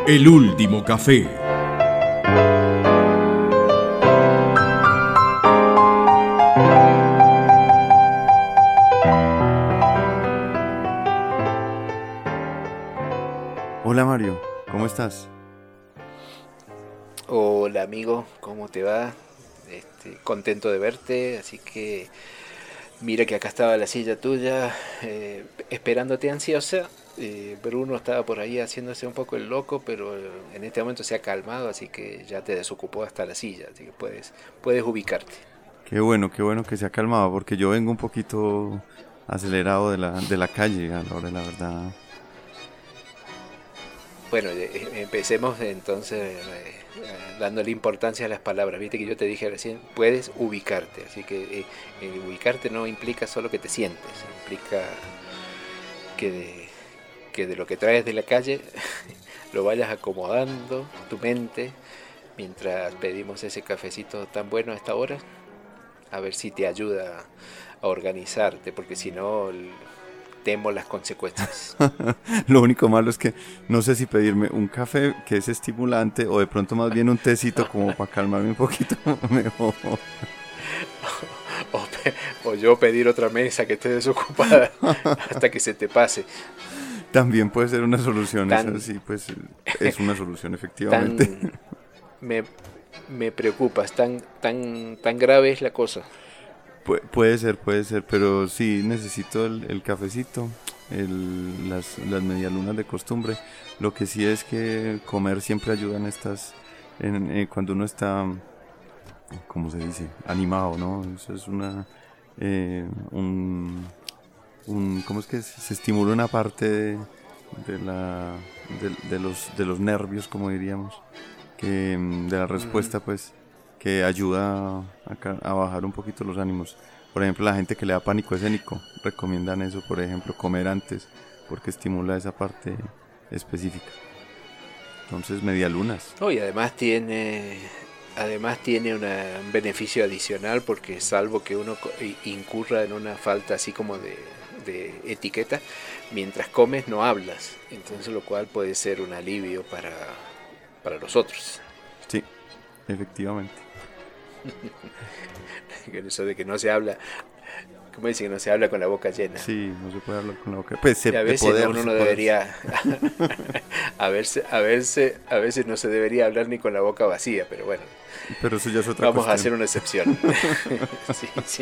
El último café. Hola Mario, ¿cómo estás? Hola amigo, ¿cómo te va? Contento de verte, así que mira que acá estaba la silla tuya, esperándote ansiosa. Bruno estaba por ahí haciéndose un poco el loco, pero en este momento se ha calmado, así que ya te desocupó hasta la silla, así que puedes ubicarte. Qué bueno que se ha calmado, porque yo vengo un poquito acelerado de la calle a la hora de la verdad. Bueno, empecemos entonces dándole importancia a las palabras. Viste que yo te dije recién, puedes ubicarte, así que ubicarte no implica solo que te sientes, implica que que de lo que traes de la calle lo vayas acomodando tu mente mientras pedimos ese cafecito tan bueno a esta hora, a ver si te ayuda a organizarte, porque si no temo las consecuencias. Lo único malo es que no sé si pedirme un café que es estimulante o de pronto más bien un tecito como para calmarme un poquito mejor. O, o yo pedir otra mesa que esté desocupada hasta que se te pase. También puede ser una solución, esa Tan, sí, pues es una solución efectivamente. tan me, me preocupas, tan grave es la cosa. Puede ser, pero sí necesito el cafecito, las medialunas de costumbre. Lo que sí es que comer siempre ayuda en cuando uno está, ¿cómo se dice? Animado, ¿no? Eso es eh, un, ¿cómo es que se estimula una parte de la, de los nervios, como diríamos, de la Ujú. respuesta, pues, que ayuda a bajar un poquito los ánimos. Por ejemplo, la gente que le da pánico escénico, recomiendan eso, por ejemplo, comer antes, porque estimula esa parte específica. Entonces, medialunas. No, y además tiene un beneficio adicional porque salvo que uno incurra en una falta así como de etiqueta, mientras comes no hablas, entonces lo cual puede ser un alivio para los otros. Sí, efectivamente. Eso de que no se habla, como dicen que no se habla con la boca llena. Sí, no se puede hablar con la boca. Pues, Y a de veces poder, uno se no puede. debería, a veces no se debería hablar ni con la boca vacía, pero bueno, Pero eso ya es otra vamos a cuestión. hacer una excepción. Sí, sí.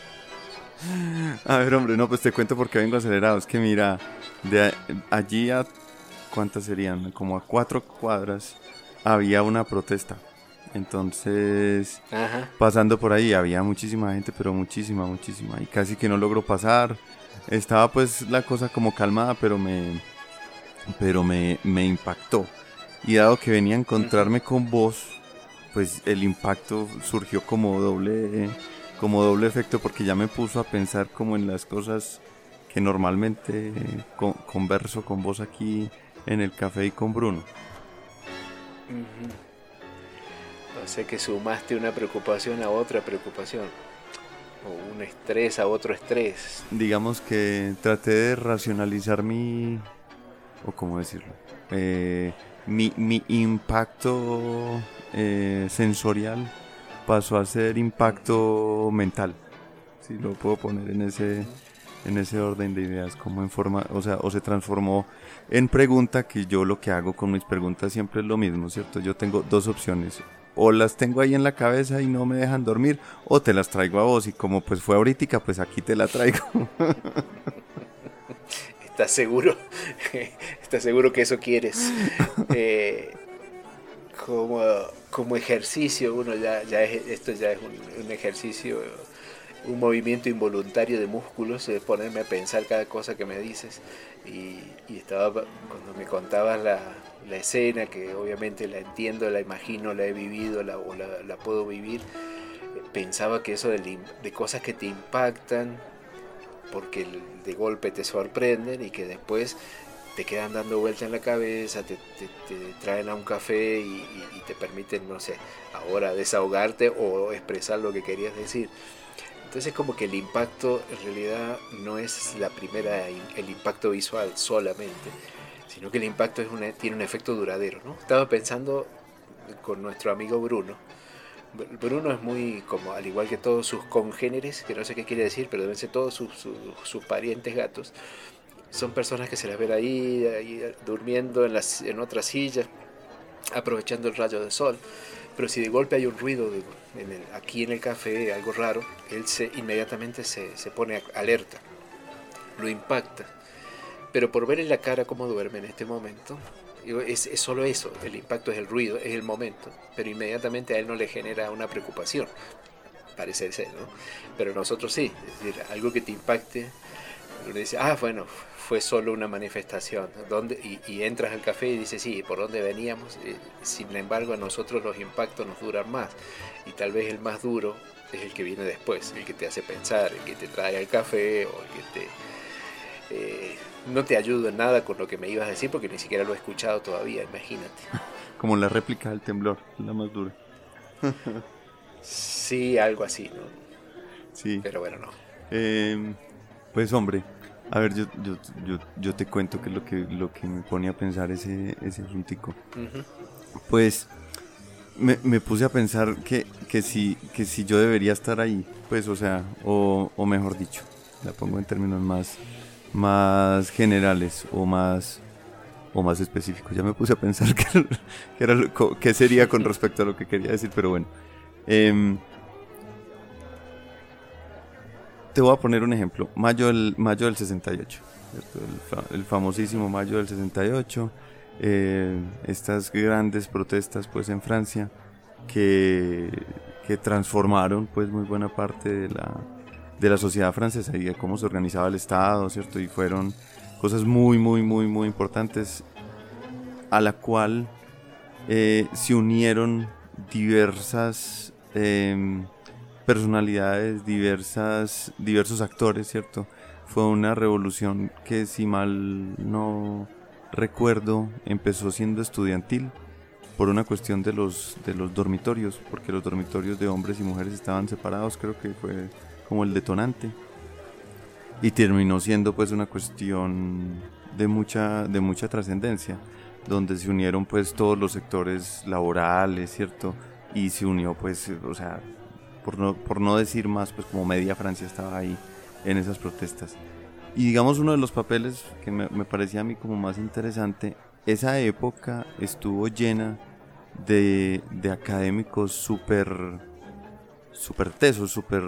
A ver, hombre, no, pues te cuento porque vengo acelerado. Es que mira, allí a ¿cuántas serían? Como a 4 cuadras había una protesta. Entonces, Ajá. pasando por ahí había muchísima gente, pero muchísima, muchísima. Y casi que no logro pasar. Estaba pues la cosa como calmada, pero me impactó. Y dado que venía a Uh-huh. encontrarme con vos, pues el impacto surgió como doble efecto porque ya me puso a pensar como en las cosas que normalmente converso con vos aquí en el café y con Bruno. Uh-huh. O sea que sumaste una preocupación a otra preocupación, o un estrés a otro estrés. Digamos que traté de racionalizar o cómo decirlo, eh, mi impacto sensorial pasó a ser Uh-huh. impacto mental, si lo puedo poner en ese, Uh-huh. en ese orden de ideas, como en forma, o sea, o se transformó en pregunta, que yo lo que hago con mis preguntas siempre es lo mismo, ¿cierto? Yo tengo dos opciones, o las tengo ahí en la cabeza y no me dejan dormir, o te las traigo a vos, y como pues fue ahorita, pues aquí te la traigo. ¿Estás seguro? ¿Estás seguro que eso quieres? Eh, como, como ejercicio, esto ya es un ejercicio, un movimiento involuntario de músculos, ponerme a pensar cada cosa que me dices. Y estaba, cuando me contabas la escena, que obviamente la entiendo, la imagino, la he vivido la puedo vivir, pensaba que eso de cosas que te impactan, porque de golpe te sorprenden y que después te quedan dando vueltas en la cabeza, te traen a un café y te permiten, no sé, ahora desahogarte o expresar lo que querías decir. Entonces como que el impacto en realidad no es el impacto visual solamente, sino que el impacto tiene un efecto duradero, ¿no? Estaba pensando con nuestro amigo Bruno. Bruno es muy, como al igual que todos sus congéneres, que no sé qué quiere decir, pero deben ser todos sus parientes gatos, son personas que se las ven ahí durmiendo en otra silla, aprovechando el rayo del sol. Pero si de golpe hay un ruido aquí en el café, algo raro, él inmediatamente se pone alerta, lo impacta. Pero por ver en la cara cómo duerme en este momento, es solo eso, el impacto es el ruido, es el momento, pero inmediatamente a él no le genera una preocupación, parece ser, ¿no? Pero nosotros sí, es decir, algo que te impacte, uno dice, bueno, fue solo una manifestación, y entras al café y dices, sí, ¿por dónde veníamos? Sin embargo, a nosotros los impactos nos duran más, y tal vez el más duro es el que viene después, el que te hace pensar, el que te trae al café, o el que no te ayuda en nada con lo que me ibas a decir, porque ni siquiera lo he escuchado todavía, imagínate. Como la réplica del temblor, la más dura. Sí, algo así, ¿no? Sí. Pero bueno, no. Pues hombre, a ver, yo te cuento que lo que me pone a pensar ese asuntico. Uh-huh. Pues me puse a pensar que si yo debería estar ahí, pues, o sea, o mejor dicho, la pongo en términos más generales o más específicos. Ya me puse a pensar qué sería con respecto a lo que quería decir, pero bueno. Te voy a poner un ejemplo. Mayo del 68, ¿cierto? El famosísimo mayo del 68. Estas grandes protestas pues en Francia que transformaron pues muy buena parte de la sociedad francesa y de cómo se organizaba el Estado, ¿cierto? Y fueron cosas muy importantes a la cual se unieron diversas personalidades, diversos actores, ¿cierto? Fue una revolución que, si mal no recuerdo, empezó siendo estudiantil por una cuestión de los dormitorios, porque los dormitorios de hombres y mujeres estaban separados, creo que fue como el detonante, y terminó siendo pues una cuestión de mucha trascendencia, donde se unieron pues todos los sectores laborales, ¿cierto? Y se unió pues, o sea, por no decir más, pues como media Francia estaba ahí en esas protestas. Y digamos, uno de los papeles que me parecía a mí como más interesante, esa época estuvo llena de académicos súper tesos,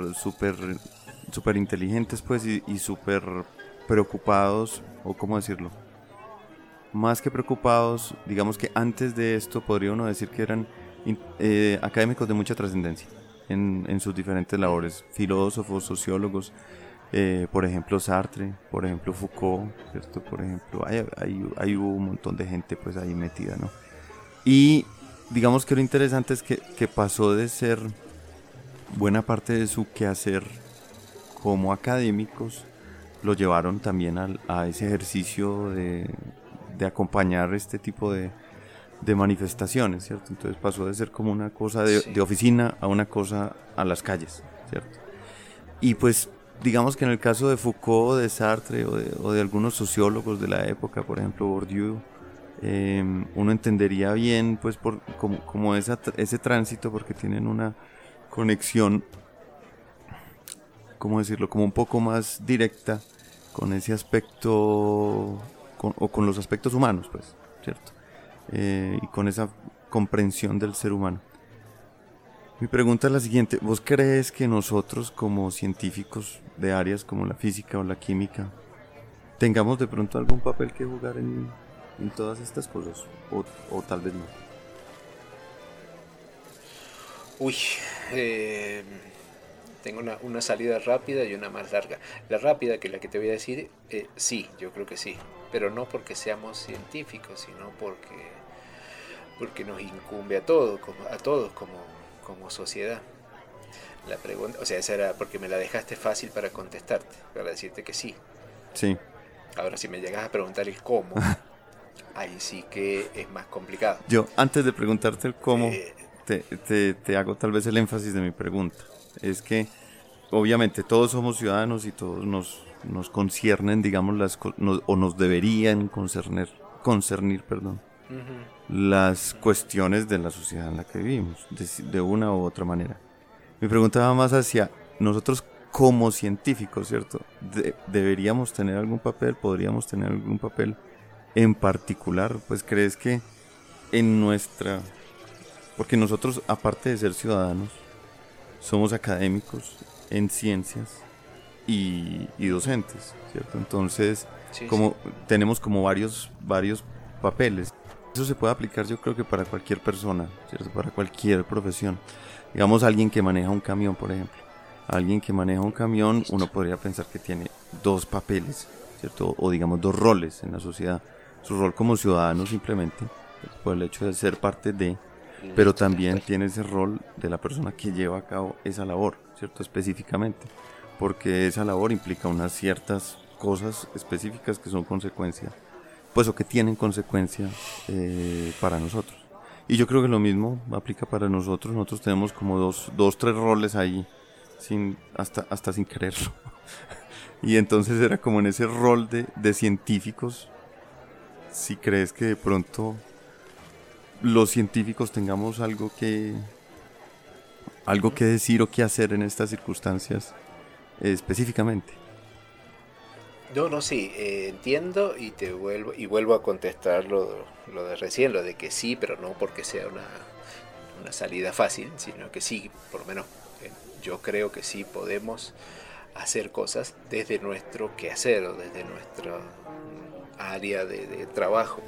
súper inteligentes pues, y súper preocupados, o cómo decirlo, más que preocupados, digamos que antes de esto podría uno decir que eran académicos de mucha trascendencia en sus diferentes labores, filósofos, sociólogos, por ejemplo Sartre, por ejemplo Foucault, ¿cierto? Por ejemplo, hay hubo un montón de gente pues ahí metida, ¿no? Y digamos que lo interesante es que pasó de ser buena parte de su quehacer como académicos, lo llevaron también a ese ejercicio de acompañar este tipo de manifestaciones, ¿cierto? Entonces pasó de ser como una cosa de oficina a una cosa a las calles, ¿cierto? Y pues digamos que en el caso de Foucault, de Sartre o de algunos sociólogos de la época, por ejemplo Bourdieu, uno entendería bien pues como ese tránsito, porque tienen una conexión, ¿cómo decirlo?, como un poco más directa con ese aspecto con los aspectos humanos, pues, ¿cierto? Y con esa comprensión del ser humano. Mi pregunta es la siguiente: ¿vos crees que nosotros como científicos de áreas como la física o la química tengamos de pronto algún papel que jugar en todas estas cosas? O tal vez no. Tengo una salida rápida y una más larga. La rápida, que es la que te voy a decir, sí, yo creo que sí, pero no porque seamos científicos, sino porque nos incumbe a todos como sociedad. La pregunta, o sea, esa era porque me la dejaste fácil para contestarte, para decirte que sí. Sí. Ahora, si me llegas a preguntar el cómo, ahí sí que es más complicado. Yo, antes de preguntarte el cómo, te hago tal vez el énfasis de mi pregunta. Es que obviamente todos somos ciudadanos y todos nos conciernen, digamos, o nos deberían concerner concernir, perdón, las cuestiones de la sociedad en la que vivimos, de una u otra manera. Mi pregunta va más hacia nosotros como científicos, ¿cierto? ¿Deberíamos tener algún papel? ¿Podríamos tener algún papel en particular? Pues crees que en nuestra... Porque nosotros, aparte de ser ciudadanos, somos académicos en ciencias y docentes, ¿cierto? Entonces, tenemos como varios papeles. Eso se puede aplicar, yo creo que para cualquier persona, ¿cierto? Para cualquier profesión. Digamos, alguien que maneja un camión, por ejemplo. Alguien que maneja un camión, uno podría pensar que tiene dos papeles, ¿cierto? O digamos dos roles en la sociedad. Su rol como ciudadano simplemente, por el hecho de ser parte de, pero también tiene ese rol de la persona que lleva a cabo esa labor, ¿cierto? Específicamente, porque esa labor implica unas ciertas cosas específicas que son consecuencia, pues o que tienen consecuencia para nosotros. Y yo creo que lo mismo aplica para nosotros. Nosotros tenemos como tres roles ahí, hasta sin quererlo. Y entonces era como en ese rol de científicos. Si crees que de pronto los científicos tengamos algo que decir o que hacer en estas circunstancias específicamente. No, sí, entiendo y vuelvo a contestar lo de recién, lo de que sí, pero no porque sea una salida fácil, sino que sí, por lo menos yo creo que sí podemos hacer cosas desde nuestro quehacer o desde nuestra área de trabajo.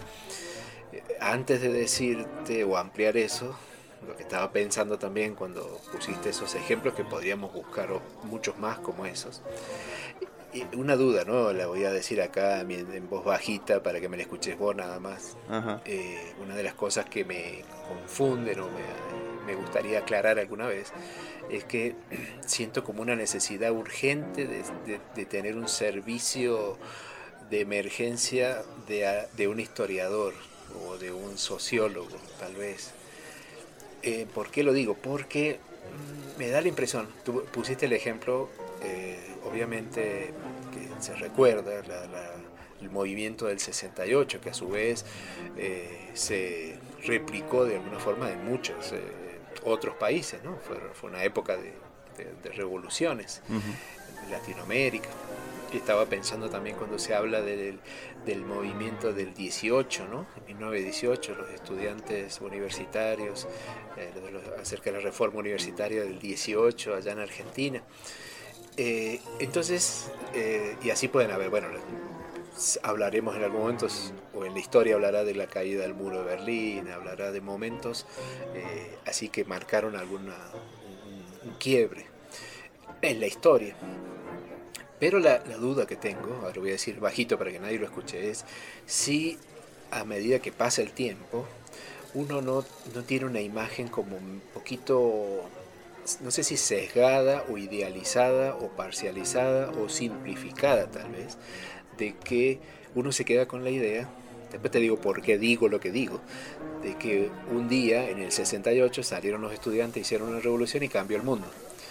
Antes de decirte o ampliar eso, lo que estaba pensando también cuando pusiste esos ejemplos, que podríamos buscar muchos más como esos. Y una duda, ¿no? La voy a decir acá en voz bajita para que me la escuches vos nada más. Una de las cosas que me confunden o me gustaría aclarar alguna vez es que siento como una necesidad urgente de tener un servicio de emergencia de un historiador o de un sociólogo, tal vez. ¿Por qué lo digo? Porque me da la impresión, tú pusiste el ejemplo, obviamente que se recuerda el movimiento del 68, que a su vez se replicó de alguna forma en muchos otros países, ¿no? Fue una época de revoluciones en Latinoamérica. Y estaba pensando también cuando se habla del movimiento del 18, ¿no? En 1918, los estudiantes universitarios, acerca de la reforma universitaria del 18 allá en Argentina. Entonces, y así pueden haber, bueno, hablaremos en algún momento, o en la historia hablará de la caída del muro de Berlín, hablará de momentos así que marcaron un quiebre en la historia. Pero la duda que tengo, ahora lo voy a decir bajito para que nadie lo escuche, es si a medida que pasa el tiempo, uno no tiene una imagen como un poquito, no sé si sesgada o idealizada o parcializada o simplificada tal vez, de que uno se queda con la idea, después te digo por qué digo lo que digo, de que un día en el 68 salieron los estudiantes, hicieron una revolución y cambió el mundo.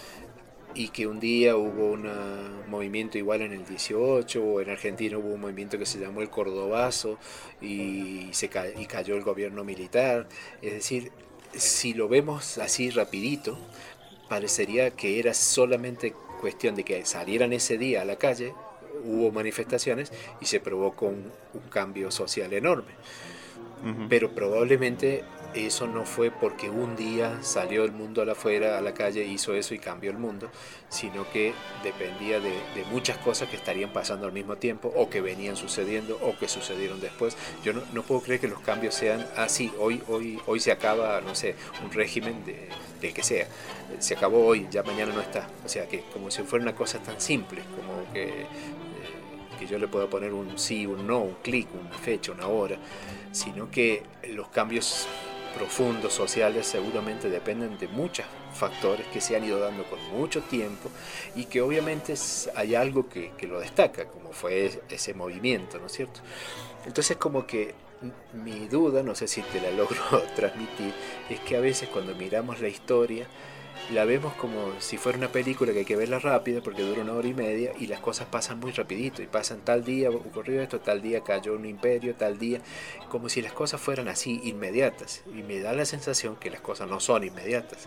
Y que un día hubo un movimiento igual en el 18, o en Argentina hubo un movimiento que se llamó el Cordobazo y cayó el gobierno militar. Es decir, si lo vemos así rapidito, parecería que era solamente cuestión de que salieran ese día a la calle, hubo manifestaciones y se provocó un cambio social enorme. Pero probablemente eso no fue porque un día salió el mundo afuera, a la calle, hizo eso y cambió el mundo, sino que dependía de muchas cosas que estarían pasando al mismo tiempo, o que venían sucediendo, o que sucedieron después. Yo no puedo creer que los cambios sean así. Hoy se acaba, no sé, un régimen del que sea. Se acabó hoy, ya mañana no está. O sea, que como si fuera una cosa tan simple, como que yo le pueda poner un sí, un no, un clic, una fecha, una hora, sino que los cambios profundos sociales seguramente dependen de muchos factores que se han ido dando con mucho tiempo y que obviamente hay algo que lo destaca, como fue ese movimiento, ¿no es cierto? Entonces como que mi duda, no sé si te la logro transmitir, es que a veces cuando miramos la historia la vemos como si fuera una película que hay que verla rápida porque dura 1 hora y media y las cosas pasan muy rapidito y pasan tal día ocurrió esto, tal día cayó un imperio, tal día, como si las cosas fueran así inmediatas, y me da la sensación que las cosas no son inmediatas,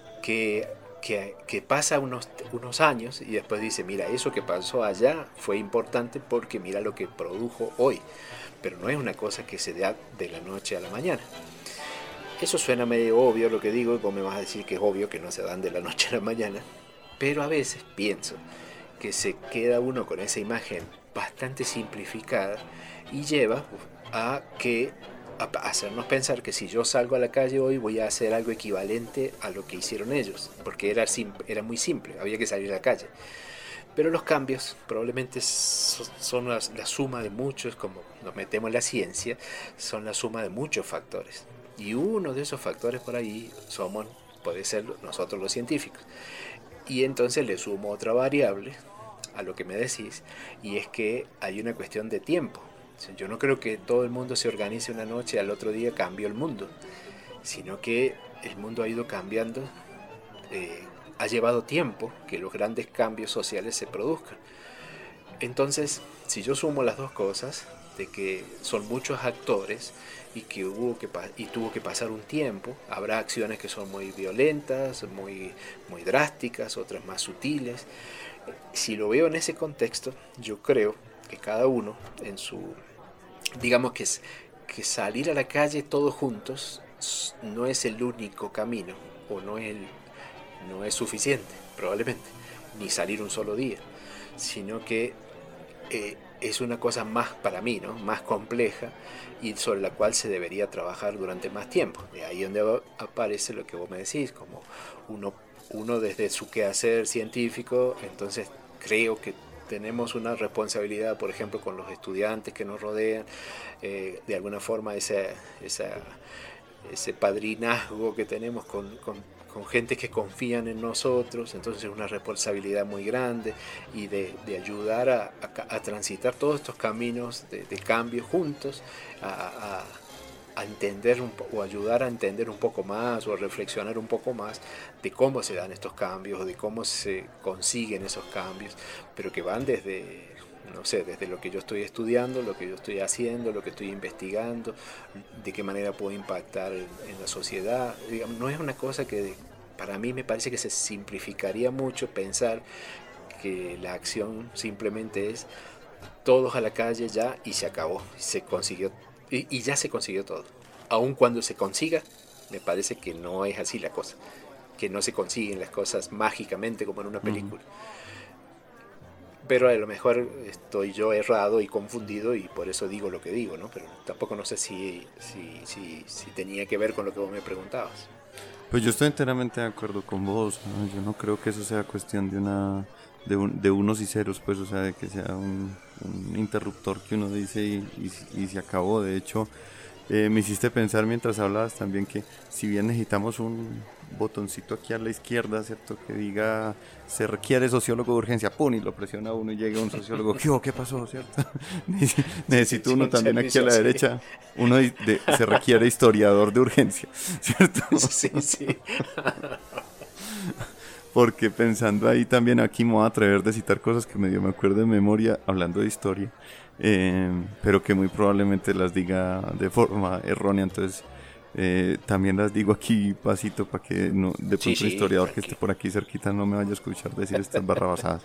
que pasa unos años y después dice, mira, eso que pasó allá fue importante porque mira lo que produjo hoy, pero no es una cosa que se da de la noche a la mañana. Eso suena medio obvio lo que digo, y vos me vas a decir que es obvio que no se dan de la noche a la mañana, pero a veces pienso que se queda uno con esa imagen bastante simplificada y lleva a hacernos pensar que si yo salgo a la calle hoy voy a hacer algo equivalente a lo que hicieron ellos, porque era muy simple, había que salir a la calle. Pero los cambios probablemente son la suma de muchos, como nos metemos en la ciencia, son la suma de muchos factores. Y uno de esos factores por ahí puede ser nosotros los científicos. Y entonces le sumo otra variable a lo que me decís, y es que hay una cuestión de tiempo. O sea, yo no creo que todo el mundo se organice una noche y al otro día cambió el mundo, sino que el mundo ha ido cambiando, ha llevado tiempo que los grandes cambios sociales se produzcan. Entonces, si yo sumo las dos cosas, de que son muchos actores y que tuvo que pasar un tiempo, habrá acciones que son muy violentas, muy drásticas, otras más sutiles. Si lo veo en ese contexto, yo creo que cada uno digamos que salir a la calle todos juntos no es el único camino, o no es suficiente, probablemente, ni salir un solo día, sino que es una cosa más, para mí, ¿no?, más compleja, y sobre la cual se debería trabajar durante más tiempo. De ahí donde aparece lo que vos me decís, como uno desde su quehacer científico, entonces creo que tenemos una responsabilidad, por ejemplo, con los estudiantes que nos rodean, de alguna forma ese padrinazgo que tenemos con gente que confían en nosotros, entonces es una responsabilidad muy grande, y de ayudar a transitar todos estos caminos de cambio juntos, a entender o ayudar a entender un poco más, o a reflexionar un poco más de cómo se dan estos cambios, de cómo se consiguen esos cambios, pero que van desde, no sé, desde lo que yo estoy estudiando, lo que yo estoy haciendo, lo que estoy investigando, de qué manera puedo impactar en la sociedad. Digamos, no es una cosa que para mí me parece que se simplificaría mucho pensar que la acción simplemente es todos a la calle ya y se acabó, se consiguió, y ya se consiguió todo. Aun cuando se consiga, me parece que no es así la cosa, que no se consiguen las cosas mágicamente como en una película. Pero a lo mejor estoy yo errado y confundido y por eso digo lo que digo, ¿no? Pero tampoco no sé si tenía que ver con lo que vos me preguntabas. Pues yo estoy enteramente de acuerdo con vos, ¿no? Yo no creo que eso sea cuestión de unos y ceros, pues, o sea, de que sea un interruptor que uno dice y se acabó. De hecho, me hiciste pensar mientras hablabas también que si bien necesitamos un botoncito aquí a la izquierda, ¿cierto?, que diga se requiere sociólogo de urgencia, ¡pum!, y lo presiona uno y llega un sociólogo, ¿qué pasó?, ¿cierto? Necesito uno también aquí a la derecha, uno se requiere historiador de urgencia, ¿cierto? Sí, sí. Porque pensando ahí también, aquí me voy a atrever de citar cosas que medio me acuerdo de memoria hablando de historia, pero que muy probablemente las diga de forma errónea, entonces también las digo aquí pasito para que no, de pronto el historiador que esté por aquí cerquita no me vaya a escuchar decir estas barrabasadas.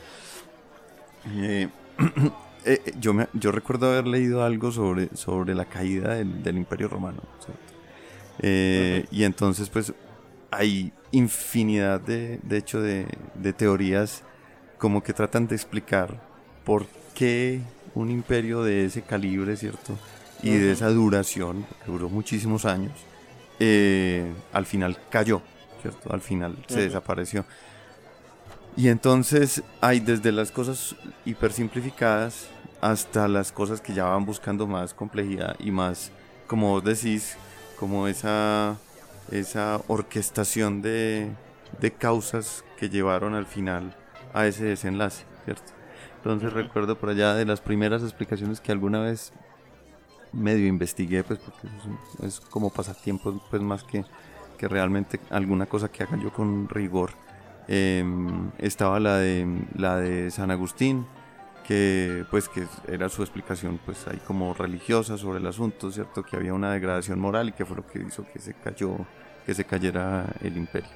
Yo recuerdo haber leído algo sobre la caída del Imperio Romano, ¿cierto? Y entonces pues hay infinidad de hecho de teorías como que tratan de explicar por qué un imperio de ese calibre, ¿cierto?, y de esa duración, que duró muchísimos años, al final cayó, ¿cierto?, al final se desapareció. Y entonces hay desde las cosas hiper simplificadas hasta las cosas que ya van buscando más complejidad y más, como vos decís, como esa orquestación de causas que llevaron al final a ese desenlace, ¿cierto? Entonces recuerdo por allá de las primeras explicaciones que alguna vez medio investigué, pues porque es como pasatiempo, pues más que que realmente alguna cosa que haga yo con rigor. Estaba la de San Agustín, que pues que era su explicación pues ahí como religiosa sobre el asunto, cierto, que había una degradación moral y que fue lo que hizo que se cayera el imperio.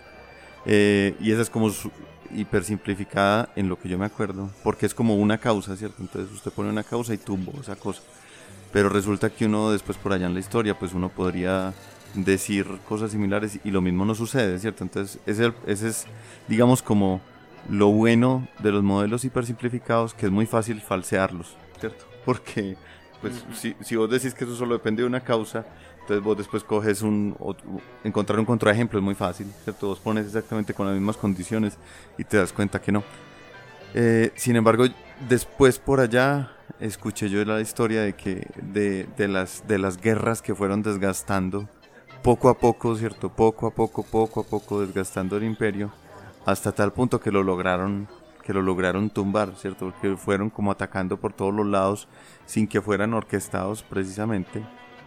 Y esa es como hiper simplificada en lo que yo me acuerdo, porque es como una causa, cierto, entonces usted pone una causa y tumbó esa cosa, pero resulta que uno después por allá en la historia pues uno podría decir cosas similares y lo mismo no sucede, cierto, entonces ese es digamos como lo bueno de los modelos hipersimplificados, que es muy fácil falsearlos, ¿cierto? Porque pues si vos decís que eso solo depende de una causa, entonces vos después coges encontrar un contraejemplo es muy fácil, ¿cierto? Vos pones exactamente con las mismas condiciones y te das cuenta que no. Sin embargo, después por allá escuché yo la historia de que de las guerras que fueron desgastando poco a poco, ¿cierto? Poco a poco desgastando el imperio hasta tal punto que lo lograron tumbar, ¿cierto? Porque fueron como atacando por todos los lados sin que fueran orquestados precisamente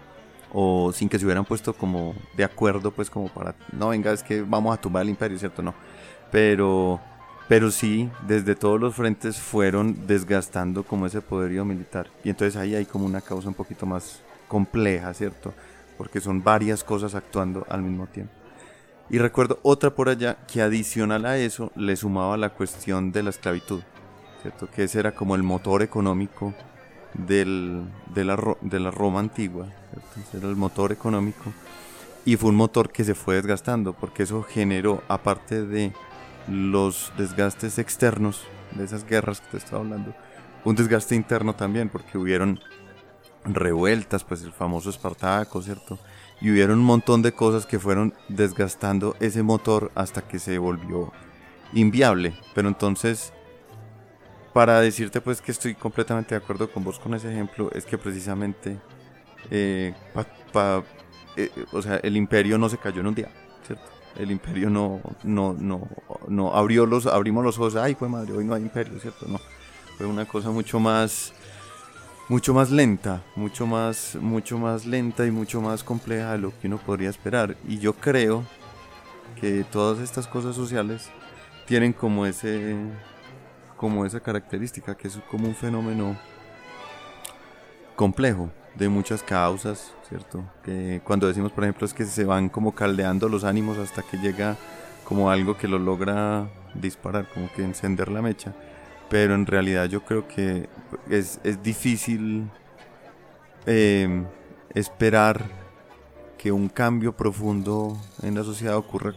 o sin que se hubieran puesto como de acuerdo pues como para, no venga, es que vamos a tumbar el imperio, ¿cierto? No, pero sí, desde todos los frentes fueron desgastando como ese poderío militar y entonces ahí hay como una causa un poquito más compleja, ¿cierto? Porque son varias cosas actuando al mismo tiempo. Y recuerdo otra por allá que adicional a eso le sumaba la cuestión de la esclavitud, ¿cierto? Que ese era como el motor económico de la Roma antigua, ¿cierto? Ese era el motor económico y fue un motor que se fue desgastando porque eso generó, aparte de los desgastes externos de esas guerras que te estaba hablando, un desgaste interno también porque hubieron revueltas, pues el famoso Espartaco, ¿cierto? Y hubieron un montón de cosas que fueron desgastando ese motor hasta que se volvió inviable. Pero entonces, para decirte pues que estoy completamente de acuerdo con vos con ese ejemplo, es que precisamente, eh, pa- pa- o sea, el imperio no se cayó en un día, ¿cierto? El imperio no abrimos los ojos, ay, fue madre, hoy no hay imperio, ¿cierto? No, fue una cosa mucho más lenta, mucho más lenta y mucho más compleja de lo que uno podría esperar. Y yo creo que todas estas cosas sociales tienen como esa característica, que es como un fenómeno complejo de muchas causas, ¿cierto? Que cuando decimos, por ejemplo, es que se van como caldeando los ánimos hasta que llega como algo que lo logra disparar, como que encender la mecha. Pero en realidad yo creo que es difícil eh, esperar que un cambio profundo en la sociedad ocurra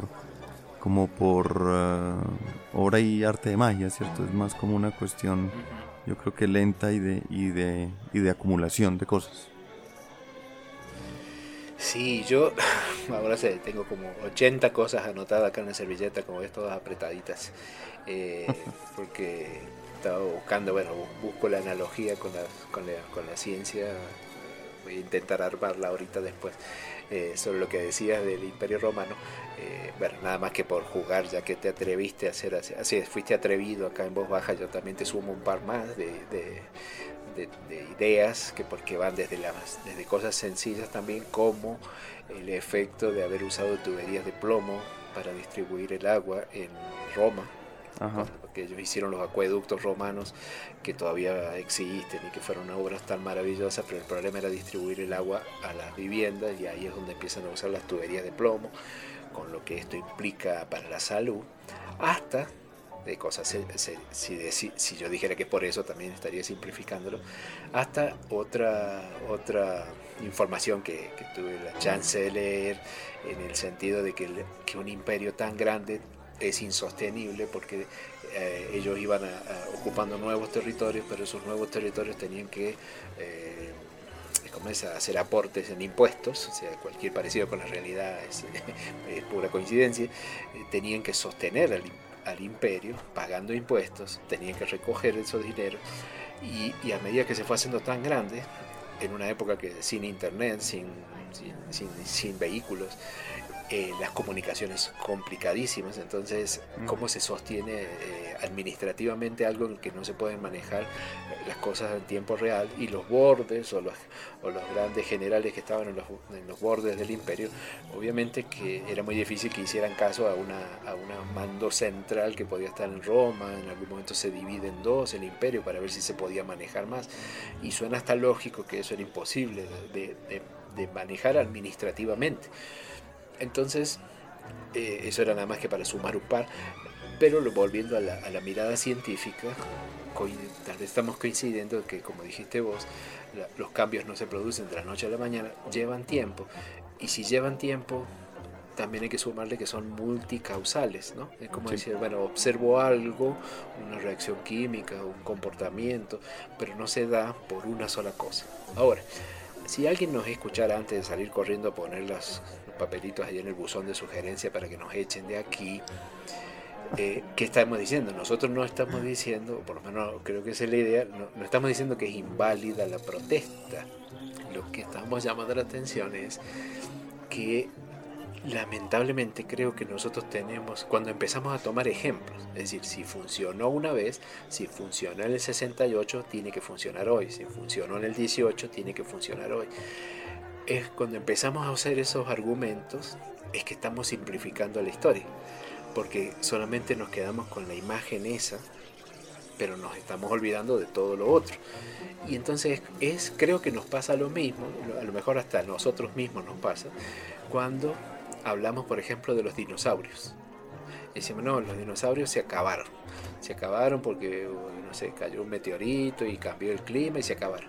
como por obra y arte de magia, ¿cierto? Es más como una cuestión, yo creo que lenta y de acumulación de cosas. Sí, yo ahora sé, tengo como 80 cosas anotadas acá en la servilleta, como ves, todas apretaditas. Porque estaba buscando, bueno, busco la analogía con la ciencia. Voy a intentar armarla ahorita después. Sobre lo que decías del Imperio Romano. Bueno, nada más que por jugar, ya que te atreviste a hacer así, fuiste atrevido acá en voz baja, yo también te sumo un par más de ideas que porque van desde cosas sencillas también, como el efecto de haber usado tuberías de plomo para distribuir el agua en Roma. Ajá. Porque ellos hicieron los acueductos romanos que todavía existen y que fueron obras tan maravillosas, pero el problema era distribuir el agua a las viviendas, y ahí es donde empiezan a usar las tuberías de plomo, con lo que esto implica para la salud, hasta de cosas, si yo dijera que por eso también estaría simplificándolo, hasta otra información que tuve la chance de leer, en el sentido de que un imperio tan grande es insostenible, porque ellos iban ocupando nuevos territorios, pero esos nuevos territorios tenían que comienza a hacer aportes en impuestos, o sea, cualquier parecido con la realidad es pura coincidencia. Tenían que sostener al imperio pagando impuestos, tenían que recoger esos dineros, y a medida que se fue haciendo tan grande, en una época que sin internet, sin vehículos, las comunicaciones complicadísimas, entonces cómo se sostiene administrativamente algo en el que no se pueden manejar las cosas en tiempo real, y los bordes o los grandes generales que estaban en los bordes del imperio, obviamente que era muy difícil que hicieran caso a un mando central que podía estar en Roma. En algún momento se divide en dos el imperio para ver si se podía manejar más, y suena hasta lógico que eso era imposible de manejar administrativamente. Entonces eso era nada más que para sumar un par. Pero volviendo a la mirada científica, tal vez estamos coincidiendo que, como dijiste vos, los cambios no se producen de la noche a la mañana, llevan tiempo. Y si llevan tiempo, también hay que sumarle que son multicausales, ¿no? Es como decir, bueno, observo algo, una reacción química, un comportamiento, pero no se da por una sola cosa. Ahora, si alguien nos escuchara antes de salir corriendo a poner los papelitos ahí en el buzón de sugerencia para que nos echen de aquí, ¿qué estamos diciendo? Nosotros no estamos diciendo, por lo menos creo que esa es la idea, no estamos diciendo que es inválida la protesta. Lo que estamos llamando la atención es que lamentablemente creo que nosotros tenemos, cuando empezamos a tomar ejemplos, es decir, si funcionó una vez, si funcionó en el 68, tiene que funcionar hoy, si funcionó en el 18, tiene que funcionar hoy. Es cuando empezamos a usar esos argumentos, es que estamos simplificando la historia, porque solamente nos quedamos con la imagen esa, pero nos estamos olvidando de todo lo otro. Y entonces creo que nos pasa lo mismo, a lo mejor hasta a nosotros mismos nos pasa, cuando hablamos, por ejemplo, de los dinosaurios. Decimos, no, los dinosaurios se acabaron porque, no sé, cayó un meteorito y cambió el clima y se acabaron.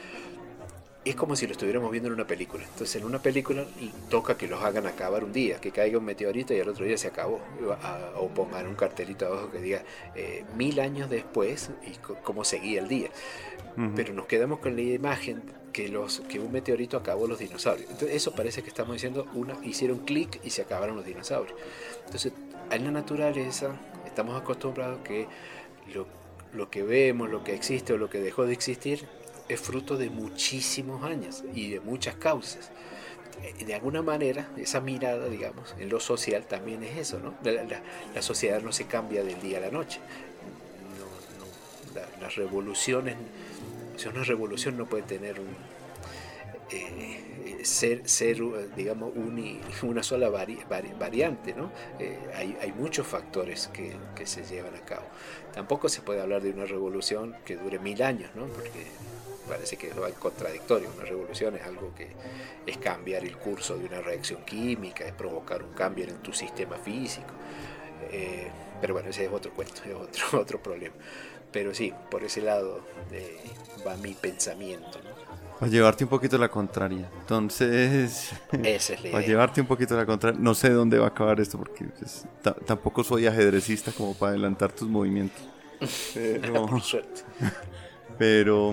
Es como si lo estuviéramos viendo en una película. Entonces, en una película y toca que los hagan acabar un día, que caiga un meteorito y al otro día se acabó. O pongan un cartelito abajo que diga 1000 años después y cómo seguía el día. Pero nos quedamos con la imagen que un meteorito acabó los dinosaurios. Entonces, eso parece que estamos diciendo, hicieron clic y se acabaron los dinosaurios. Entonces, en la naturaleza estamos acostumbrados que lo que vemos, lo que existe o lo que dejó de existir, es fruto de muchísimos años y de muchas causas. De alguna manera, esa mirada, digamos, en lo social también es eso, ¿no? La sociedad no se cambia del día a la noche. Las revoluciones, si una revolución no puede tener digamos, una sola variante, ¿no? Hay muchos factores que se llevan a cabo. Tampoco se puede hablar de una revolución que dure 1000 años, ¿no? Porque parece que es contradictorio. Una revolución es algo que es cambiar el curso de una reacción química, es provocar un cambio en tu sistema físico. Pero bueno, ese es otro cuento, es otro problema. Pero sí, por ese lado va mi pensamiento, ¿no? Para llevarte un poquito la contraria. Entonces, esa es la idea. Para llevarte un poquito la contraria. No sé dónde va a acabar esto porque pues, tampoco soy ajedrecista como para adelantar tus movimientos. Pero, por suerte. Pero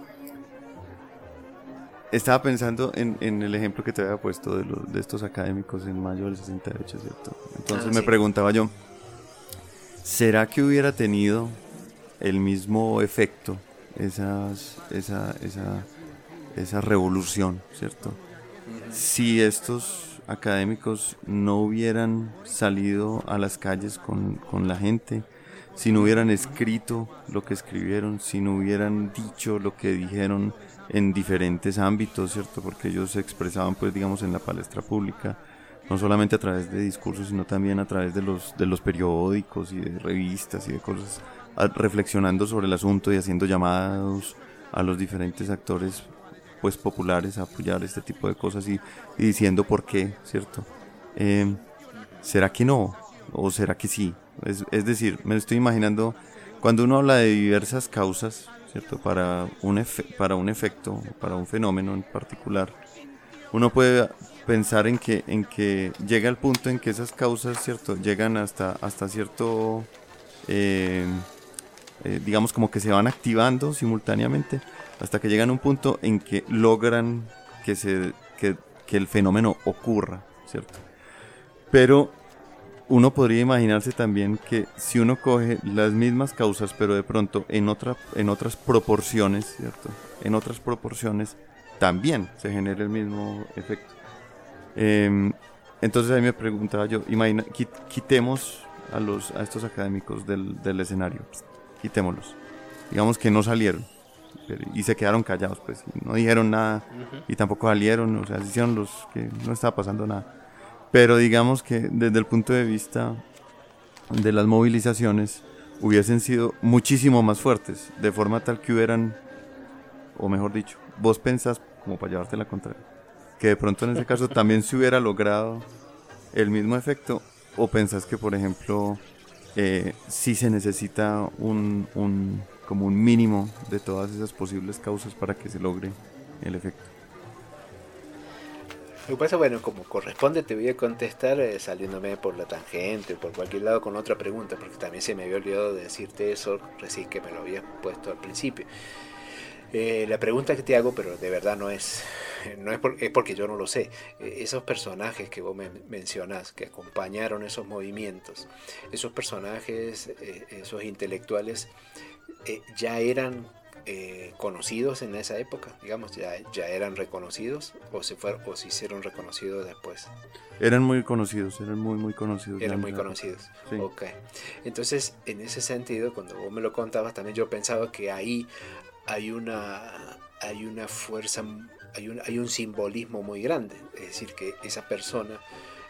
estaba pensando en el ejemplo que te había puesto de estos académicos en mayo del 68, ¿cierto? Entonces me preguntaba yo, ¿será que hubiera tenido el mismo efecto esa revolución, ¿cierto? Si estos académicos no hubieran salido a las calles con la gente, si no hubieran escrito lo que escribieron, si no hubieran dicho lo que dijeron en diferentes ámbitos, ¿cierto? Porque ellos se expresaban, pues, digamos, en la palestra pública, no solamente a través de discursos, sino también a través de los periódicos y de revistas y de cosas, reflexionando sobre el asunto y haciendo llamados a los diferentes actores, pues, populares a apoyar este tipo de cosas y diciendo por qué, ¿cierto? ¿Será que no? ¿O será que sí? Es decir, me estoy imaginando, cuando uno habla de diversas causas, ¿cierto? Para un efecto, para un fenómeno en particular, uno puede pensar en que llega el punto en que esas causas, ¿cierto? Llegan hasta cierto, digamos, como que se van activando simultáneamente, hasta que llegan a un punto en que logran que el fenómeno ocurra, ¿cierto? Pero uno podría imaginarse también que si uno coge las mismas causas, pero de pronto en otras proporciones, ¿cierto? En otras proporciones también se genera el mismo efecto. Entonces ahí me preguntaba yo, quitemos a estos académicos del escenario, quitémoslos. Digamos que no salieron y se quedaron callados, pues, y no dijeron nada y tampoco salieron, o sea, se hicieron los que no estaba pasando nada. Pero digamos que desde el punto de vista de las movilizaciones hubiesen sido muchísimo más fuertes, de forma tal que hubieran, o mejor dicho, vos pensás, como para llevarte la contraria, que de pronto en ese caso también se hubiera logrado el mismo efecto, o pensás que, por ejemplo, sí se necesita como un mínimo de todas esas posibles causas para que se logre el efecto. Lo que pasa, bueno, como corresponde, te voy a contestar saliéndome por la tangente, por cualquier lado con otra pregunta, porque también se me había olvidado de decirte eso recién que me lo habías puesto al principio. La pregunta que te hago, pero de verdad es porque yo no lo sé. Esos personajes que vos mencionás, que acompañaron esos movimientos, esos personajes, esos intelectuales, ya eran conocidos en esa época, digamos, ya eran reconocidos o se hicieron reconocidos después. Eran muy conocidos, eran muy conocidos. Eran muy conocidos. Sí. Ok. Entonces, en ese sentido, cuando vos me lo contabas, también yo pensaba que ahí hay una fuerza, hay un simbolismo muy grande. Es decir, que esa persona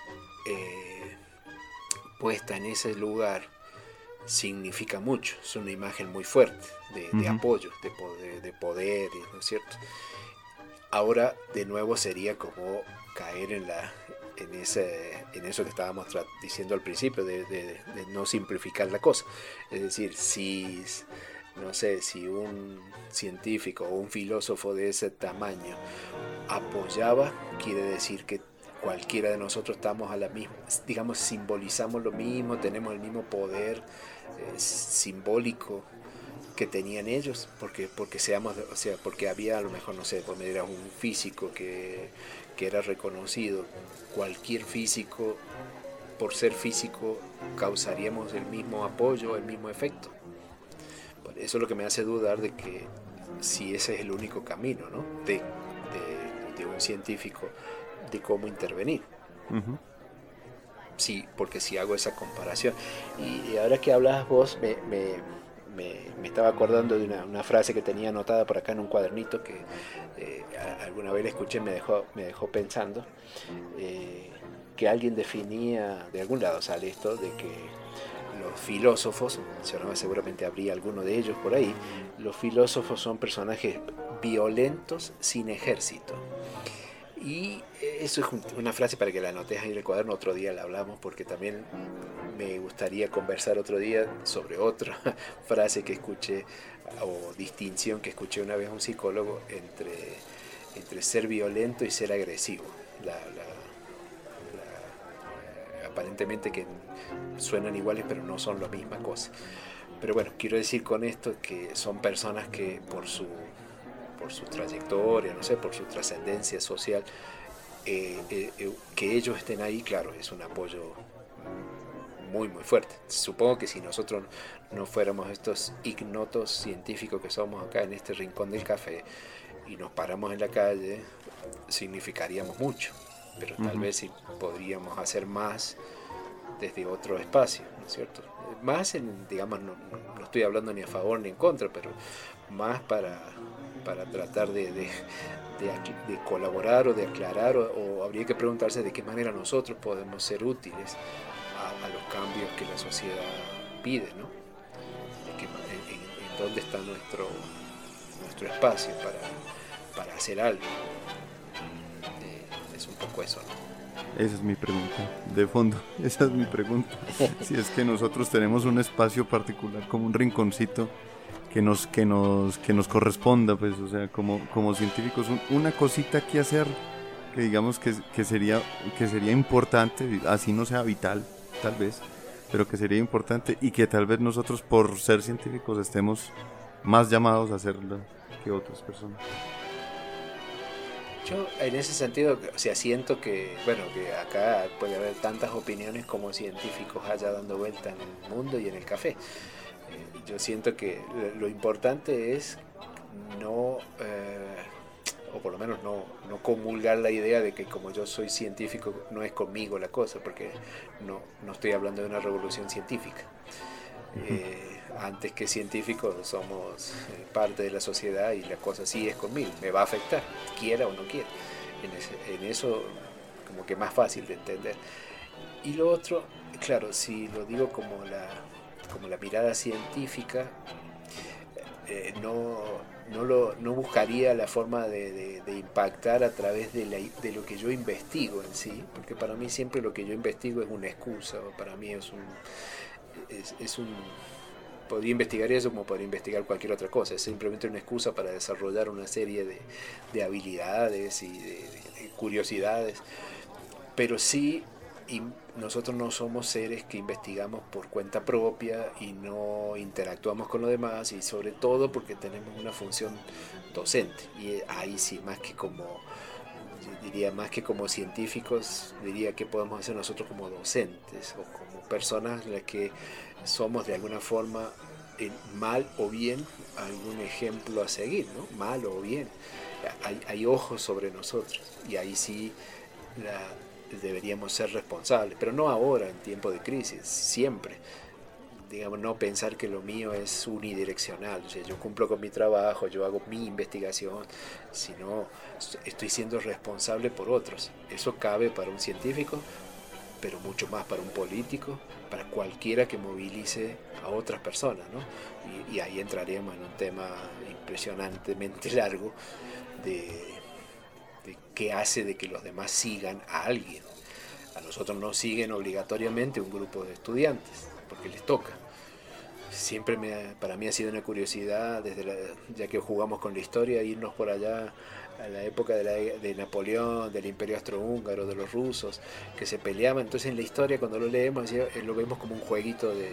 puesta en ese lugar significa mucho, es una imagen muy fuerte de apoyo, de poder, ¿no es cierto? Ahora, de nuevo, sería como caer en eso que estábamos diciendo al principio, de no simplificar la cosa. Es decir, no sé, si un científico o un filósofo de ese tamaño apoyaba, quiere decir que cualquiera de nosotros estamos a la misma, digamos, simbolizamos lo mismo, tenemos el mismo poder simbólico que tenían ellos, porque había, a lo mejor, no sé, pues era un físico que era reconocido. Cualquier físico, por ser físico, causaríamos el mismo apoyo, el mismo efecto. Eso es lo que me hace dudar de que si ese es el único camino, ¿no? de un científico, de cómo intervenir. Sí, porque si hago esa comparación. Y ahora que hablas vos, me estaba acordando de una frase que tenía anotada por acá en un cuadernito que alguna vez la escuché y me dejó pensando, que alguien definía, de algún lado sale esto, de que los filósofos, seguramente habría alguno de ellos por ahí, los filósofos son personajes violentos sin ejército. Y eso es una frase para que la anotes ahí en el cuaderno, otro día la hablamos, porque también me gustaría conversar otro día sobre otra frase que escuché, o distinción que escuché una vez a un psicólogo entre ser violento y ser agresivo. Aparentemente que suenan iguales, pero no son la misma cosa. Pero bueno, quiero decir con esto que son personas que por su trayectoria, no sé, por su trascendencia social, que ellos estén ahí, claro, es un apoyo muy fuerte. Supongo que si nosotros no fuéramos estos ignotos científicos que somos acá en este rincón del café y nos paramos en la calle, significaríamos mucho, pero tal vez sí podríamos hacer más desde otro espacio, ¿no es cierto? Más digamos, no estoy hablando ni a favor ni en contra, pero más para tratar de colaborar o de aclarar, o habría que preguntarse de qué manera nosotros podemos ser útiles a los cambios que la sociedad pide, ¿no? En dónde está nuestro espacio para hacer algo. Es un poco eso, ¿no? Esa es mi pregunta, de fondo, esa es mi pregunta. Si es que nosotros tenemos un espacio particular, como un rinconcito que nos corresponda, pues, o sea, como científicos, una cosita que hacer, que digamos que sería importante, así no sea vital, tal vez, pero que sería importante y que tal vez nosotros, por ser científicos, estemos más llamados a hacerlo que otras personas. Yo en ese sentido, o sea, siento que, bueno, que acá puede haber tantas opiniones como científicos haya dando vuelta en el mundo y en el café. Yo siento que lo importante es no, o por lo menos no comulgar la idea de que como yo soy científico no es conmigo la cosa, porque no estoy hablando de una revolución científica. Antes que científicos somos parte de la sociedad y la cosa sí es conmigo, me va a afectar, quiera o no quiera. En eso como que más fácil de entender. Y lo otro, claro, si lo digo como la mirada científica, no buscaría la forma de impactar a través de lo que yo investigo en sí, porque para mí siempre lo que yo investigo es una excusa, o para mí es un podría investigar eso como podría investigar cualquier otra cosa, es simplemente una excusa para desarrollar una serie de habilidades y de curiosidades, pero sí, y nosotros no somos seres que investigamos por cuenta propia y no interactuamos con los demás, y sobre todo porque tenemos una función docente, y ahí sí, más que como científicos, diría que podemos hacer nosotros como docentes o como personas las que somos de alguna forma, mal o bien, algún ejemplo a seguir, ¿no? Mal o bien. Hay ojos sobre nosotros, y ahí sí deberíamos ser responsables, pero no ahora en tiempo de crisis, siempre. Digamos, no pensar que lo mío es unidireccional, o sea, yo cumplo con mi trabajo, yo hago mi investigación, sino estoy siendo responsable por otros. Eso cabe para un científico, pero mucho más para un político, para cualquiera que movilice a otras personas, ¿no? Y ahí entraríamos en un tema impresionantemente largo de qué hace de que los demás sigan a alguien. A nosotros nos siguen obligatoriamente un grupo de estudiantes, porque les toca. Siempre para mí ha sido una curiosidad, ya que jugamos con la historia, irnos por allá a la época de Napoleón, del Imperio Austrohúngaro, de los rusos, que se peleaban. Entonces en la historia, cuando lo leemos, lo vemos como un jueguito de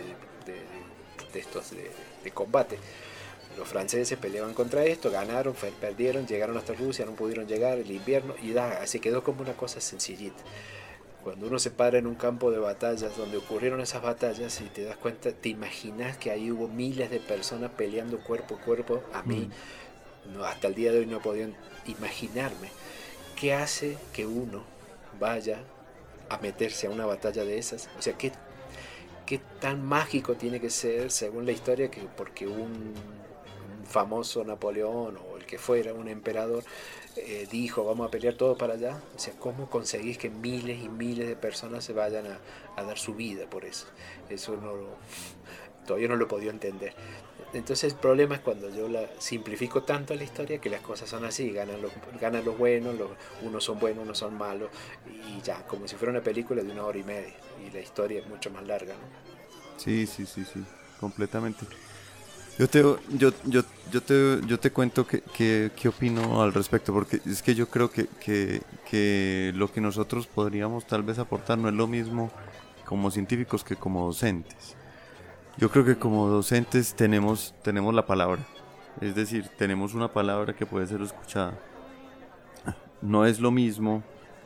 combate. Los franceses peleaban contra esto, ganaron, perdieron, llegaron hasta Rusia, no pudieron llegar, el invierno, y se quedó como una cosa sencillita. Cuando uno se para en un campo de batallas donde ocurrieron esas batallas y te das cuenta, te imaginas que ahí hubo miles de personas peleando cuerpo a cuerpo. A mí, hasta el día de hoy no he podido imaginarme qué hace que uno vaya a meterse a una batalla de esas. O sea, qué tan mágico tiene que ser, según la historia, que porque un famoso Napoleón o el que fuera, un emperador, dijo vamos a pelear todos para allá. O sea, ¿cómo conseguís que miles y miles de personas se vayan a dar su vida por eso? Eso todavía no lo he podido entender. Entonces el problema es cuando yo simplifico tanto la historia que las cosas son así, ganan los buenos, unos son buenos, unos son malos, y ya, como si fuera una película de 1 hora y media, y la historia es mucho más larga, ¿no? Sí, completamente. Yo te cuento qué opino al respecto, porque es que yo creo que lo que nosotros podríamos tal vez aportar no es lo mismo como científicos que como docentes. Yo creo que como docentes tenemos la palabra, es decir, tenemos una palabra que puede ser escuchada. No es lo mismo,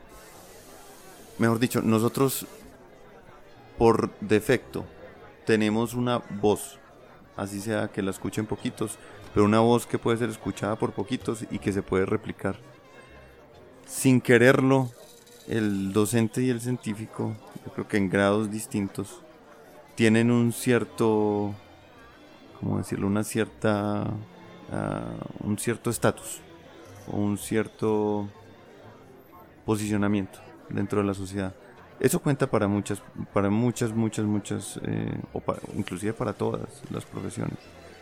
mejor dicho, nosotros por defecto tenemos una voz, así sea que la escuchen poquitos, pero una voz que puede ser escuchada por poquitos y que se puede replicar. Sin quererlo, el docente y el científico, yo creo que en grados distintos, tienen un cierto, ¿cómo decirlo? Un cierto estatus o un cierto posicionamiento dentro de la sociedad. Eso cuenta para muchas, inclusive para todas las profesiones.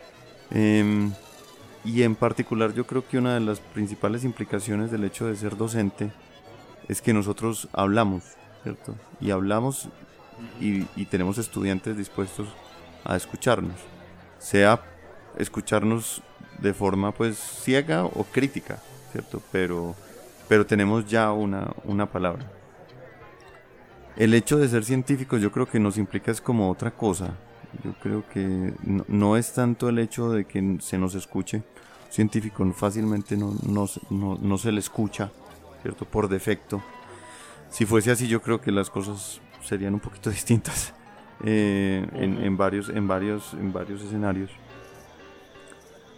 Y en particular yo creo que una de las principales implicaciones del hecho de ser docente es que nosotros hablamos, ¿cierto? Y hablamos y tenemos estudiantes dispuestos a escucharnos, sea escucharnos de forma pues ciega o crítica, ¿cierto? Pero tenemos ya una palabra. El hecho de ser científicos yo creo que nos implica es como otra cosa. Yo creo que no es tanto el hecho de que se nos escuche. Un científico fácilmente no se le escucha, ¿cierto? Por defecto. Si fuese así, yo creo que las cosas serían un poquito distintas en varios escenarios.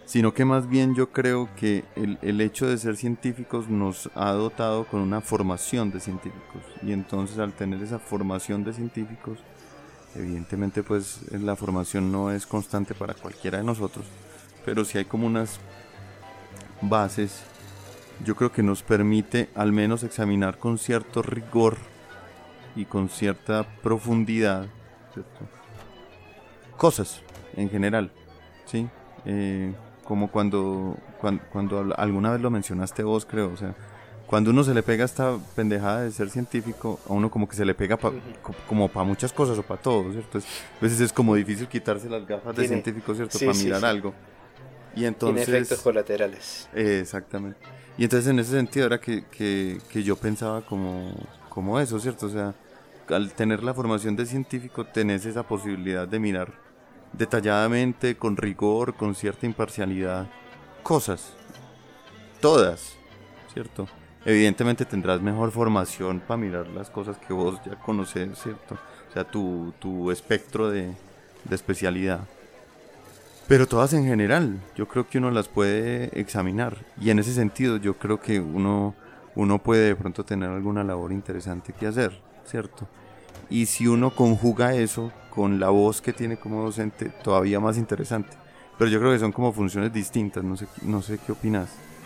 sino que más bien yo creo que el hecho de ser científicos nos ha dotado con una formación de científicos, y entonces al tener esa formación de científicos, evidentemente pues la formación no es constante para cualquiera de nosotros, pero sí hay como unas bases, yo creo que nos permite al menos examinar con cierto rigor y con cierta profundidad, ¿cierto?, cosas en general, ¿sí? Como cuando alguna vez lo mencionaste vos, creo, o sea, cuando uno se le pega esta pendejada de ser científico, a uno como que se le pega como para muchas cosas o para todo, ¿cierto? A veces es como difícil quitarse las gafas de científico, ¿cierto? Sí, para sí, mirar sí. algo. Y entonces... Tiene efectos colaterales. Exactamente. Y entonces en ese sentido era que yo pensaba como eso, ¿cierto? O sea, al tener la formación de científico tenés esa posibilidad de mirar detalladamente, con rigor, con cierta imparcialidad, cosas, todas, ¿cierto? Evidentemente tendrás mejor formación para mirar las cosas que vos ya conoces, ¿cierto? O sea, tu espectro de especialidad. Pero todas en general, yo creo que uno las puede examinar. Y en ese sentido, yo creo que uno puede de pronto tener alguna labor interesante que hacer, ¿cierto? Y si uno conjuga eso con la voz que tiene como docente, todavía más interesante. Pero yo creo que son como funciones distintas, no sé qué opinas.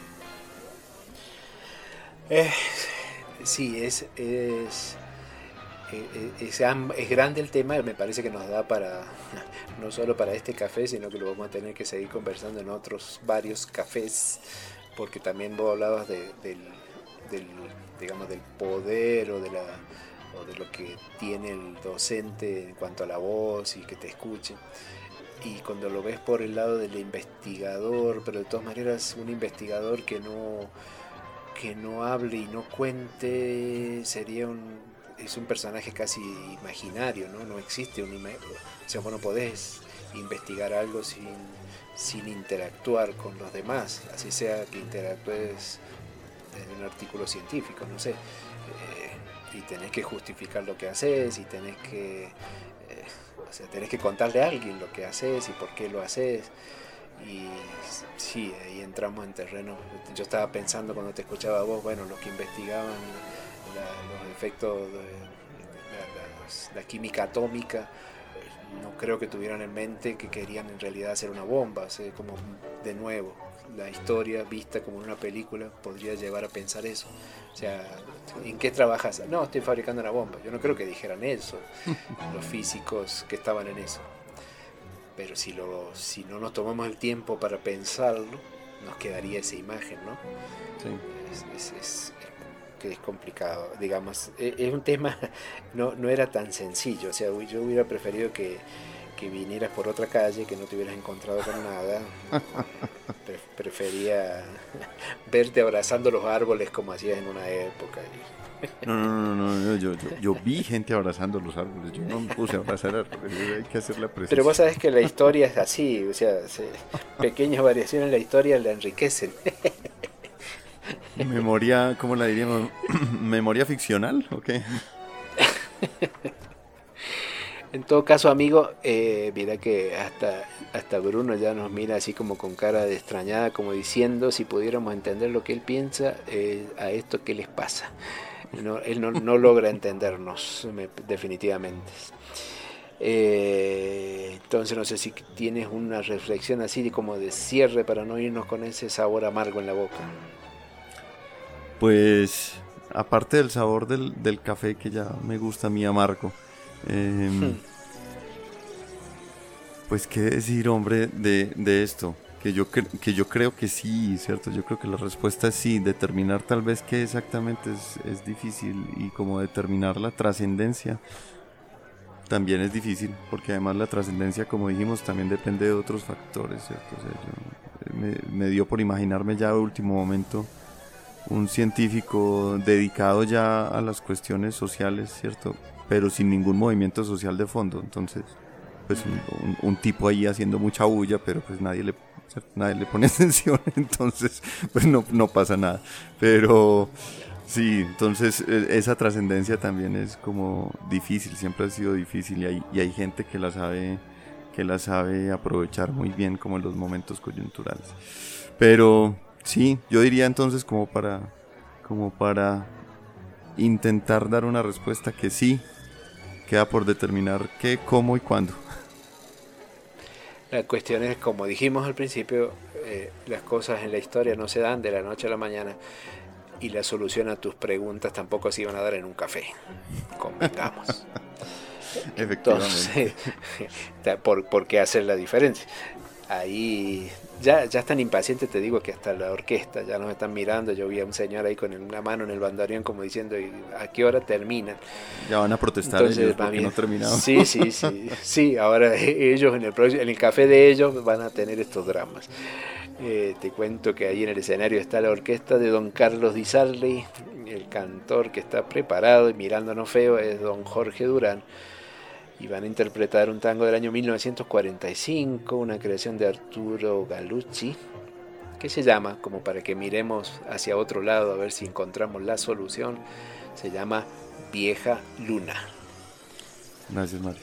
Eh, sí, es grande el tema, me parece que nos da para, no solo para este café, sino que lo vamos a tener que seguir conversando en otros varios cafés, porque también vos hablabas del, digamos, del poder o de lo que tiene el docente en cuanto a la voz y que te escuche. Y cuando lo ves por el lado del investigador, pero de todas maneras un investigador que no hable y no cuente es un personaje casi imaginario, ¿no? No existe o sea, vos no podés investigar algo sin interactuar con los demás, así sea que interactúes en un artículo científico, no sé, y tenés que justificar lo que haces y o sea, tenés que contarle a alguien lo que haces y por qué lo haces. Y sí, ahí entramos en terreno. Yo estaba pensando cuando te escuchaba a vos, bueno, los que investigaban los efectos de la química atómica, no creo que tuvieran en mente que querían en realidad hacer una bomba. O sea, como de nuevo, la historia vista como en una película podría llevar a pensar eso. O sea, ¿en qué trabajas? No, estoy fabricando una bomba. Yo no creo que dijeran eso los físicos que estaban en eso. Pero si no nos tomamos el tiempo para pensarlo, nos quedaría esa imagen, ¿no? Sí. Es complicado, digamos. Es un tema, no era tan sencillo. O sea, yo hubiera preferido que vinieras por otra calle, que no te hubieras encontrado con nada. Prefería verte abrazando los árboles como hacías en una época. No, yo vi gente abrazando los árboles, yo no me puse a abrazar árboles, hay que hacer la Pero vos precisión. sabés que la historia es así, o sea, pequeñas variaciones en la historia la enriquecen. Memoria, ¿cómo la diríamos? ¿Memoria ficcional? ¿O qué? En todo caso, amigo, mira que hasta Bruno ya nos mira así como con cara de extrañada, como diciendo si pudiéramos entender lo que él piensa, a esto qué les pasa. Él no logra entendernos, definitivamente. Entonces no sé si tienes una reflexión así como de cierre para no irnos con ese sabor amargo en la boca. Pues, aparte del sabor del café que ya me gusta a mí amargo, pues qué decir, hombre, de esto, que yo creo que sí, ¿cierto? Yo creo que la respuesta es sí. Determinar tal vez qué exactamente es difícil, y como determinar la trascendencia también es difícil, porque además la trascendencia, como dijimos, también depende de otros factores, ¿cierto? O sea, me dio por imaginarme ya a último momento un científico dedicado ya a las cuestiones sociales, ¿cierto? Pero sin ningún movimiento social de fondo. Entonces, pues un tipo ahí haciendo mucha bulla, pero pues nadie le pone atención, entonces pues no pasa nada. Pero sí, entonces esa trascendencia también es como difícil, siempre ha sido difícil, y hay gente que la sabe aprovechar muy bien como en los momentos coyunturales. Pero sí, yo diría entonces como para intentar dar una respuesta que sí, queda por determinar qué, cómo y cuándo. La cuestión es, como dijimos al principio, las cosas en la historia no se dan de la noche a la mañana y la solución a tus preguntas tampoco se iban a dar en un café, convengamos. Efectivamente. Entonces, ¿por qué hacer la diferencia? Ahí ya están impacientes, te digo, que hasta la orquesta ya nos están mirando. Yo vi a un señor ahí con una mano en el bandoneón como diciendo, ¿a qué hora terminan? Ya van a protestar. Entonces, ellos porque no terminaban. Sí, ahora ellos en el café de ellos van a tener estos dramas. Te cuento que ahí en el escenario está la orquesta de don Carlos Di Sarli. El cantor que está preparado y mirándonos feo es don Jorge Durán, y van a interpretar un tango del año 1945, una creación de Arturo Gallucci, que se llama, como para que miremos hacia otro lado a ver si encontramos la solución, se llama Vieja Luna. Gracias, Mario.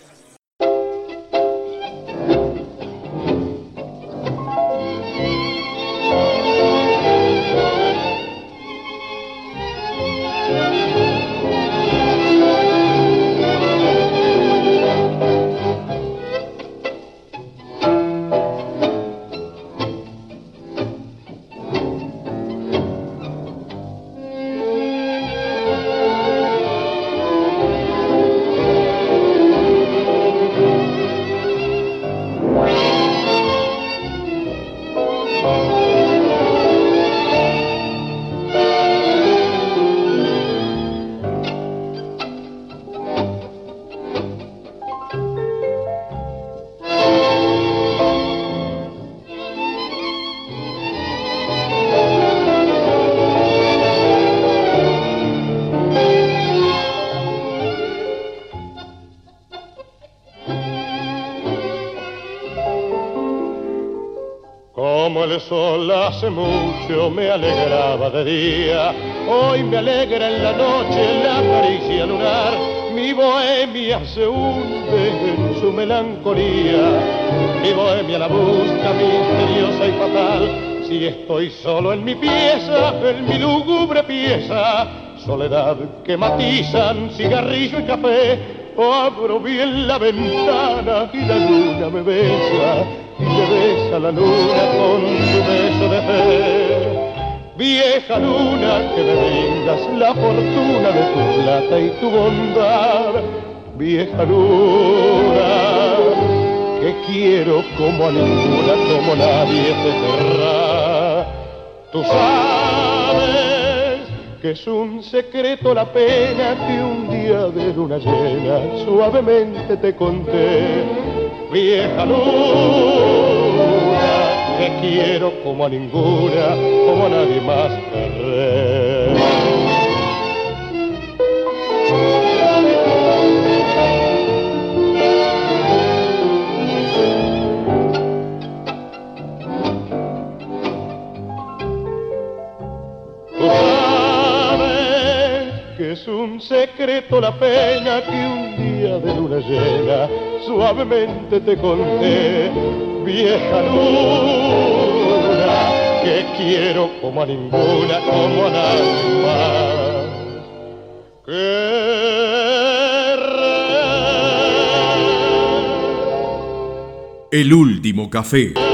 Como el sol hace mucho me alegraba de día, hoy me alegra en la noche la caricia lunar. Mi bohemia se hunde en su melancolía, mi bohemia la busca misteriosa y fatal. Si estoy solo en mi pieza, en mi lúgubre pieza, soledad que matizan cigarrillo y café, abro bien la ventana y la luna me besa, y me besa la luna con su beso de fe. Vieja luna, que me brindas la fortuna de tu plata y tu bondad. Vieja luna, que quiero como a ninguna, como nadie te querrá. Tú sabes que es un secreto la pena que un día de luna llena suavemente te conté. Vieja luna, que quiero como a ninguna, como a nadie más querré. Tú sabes que es un secreto la pena que un día de luna llena suavemente te conté. Vieja luna, que quiero como a ninguna, como a nadie más querré. El último café.